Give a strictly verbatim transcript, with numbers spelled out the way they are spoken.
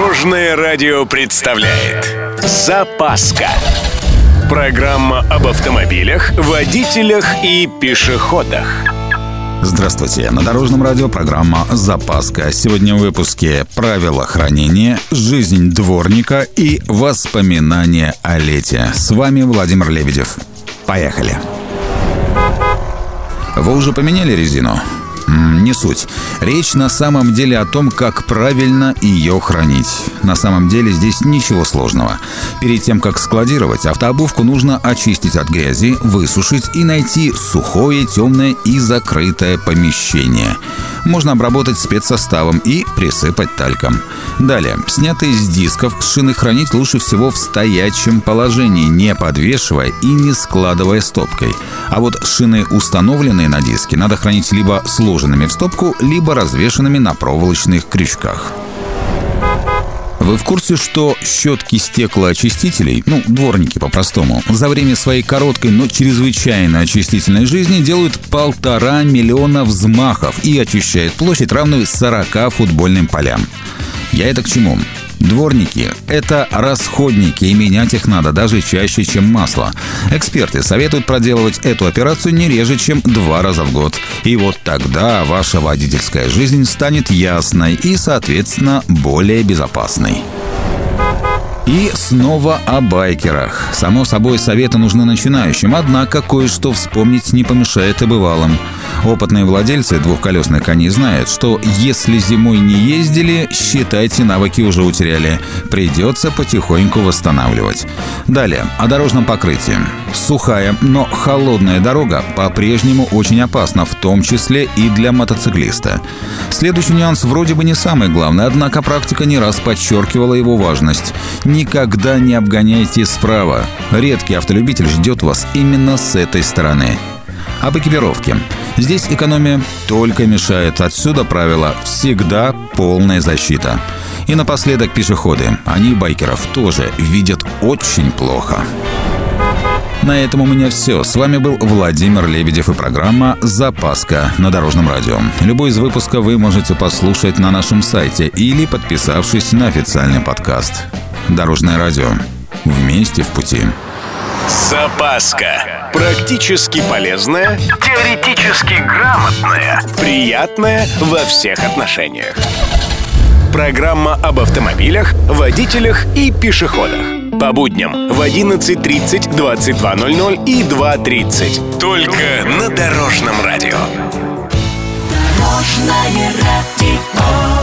Дорожное радио представляет «Запаска». Программа об автомобилях, водителях и пешеходах. Здравствуйте, на Дорожном радио программа «Запаска». Сегодня в выпуске правила хранения, жизнь дворника и воспоминания о лете. С вами Владимир Лебедев. Поехали! Вы уже поменяли резину? Не суть. Речь на самом деле о том, как правильно ее хранить. На самом деле здесь ничего сложного. Перед тем, как складировать, автообувку нужно очистить от грязи, высушить и найти сухое, темное и закрытое помещение. Можно обработать спецсоставом и присыпать тальком. Далее, снятые с дисков шины хранить лучше всего в стоячем положении, не подвешивая и не складывая стопкой. А вот шины, установленные на диске, надо хранить либо сложенными в стопку, либо развешанными на проволочных крючках. Вы в курсе, что щетки стеклоочистителей, ну, дворники по-простому, за время своей короткой, но чрезвычайно очистительной жизни делают полтора миллиона взмахов и очищают площадь, равную сорока футбольным полям? Я это к чему? Дворники – это расходники, и менять их надо даже чаще, чем масло. Эксперты советуют проделывать эту операцию не реже, чем два раза в год. И вот тогда ваша водительская жизнь станет ясной и, соответственно, более безопасной. И снова о байкерах. Само собой, советы нужны начинающим, однако кое-что вспомнить не помешает и бывалым. Опытные владельцы двухколесных коней знают, что если зимой не ездили, считайте, навыки уже утеряли. Придется потихоньку восстанавливать. Далее, о дорожном покрытии. Сухая, но холодная дорога по-прежнему очень опасна, в том числе и для мотоциклиста. Следующий нюанс вроде бы не самый главный, однако практика не раз подчеркивала его важность. Никогда не обгоняйте справа. Редкий автолюбитель ждет вас именно с этой стороны. Об экипировке. Здесь экономия только мешает. Отсюда правило «всегда полная защита». И напоследок пешеходы. Они байкеров тоже видят очень плохо. На этом у меня все. С вами был Владимир Лебедев и программа «Запаска» на Дорожном радио. Любой из выпусков вы можете послушать на нашем сайте или подписавшись на официальный подкаст. Дорожное радио. Вместе в пути. Запаска. Практически полезная, теоретически грамотная, приятная во всех отношениях. Программа об автомобилях, водителях и пешеходах. По будням в одиннадцать тридцать, двадцать два ноль ноль и два тридцать. Только на Дорожном радио. Дорожное радио.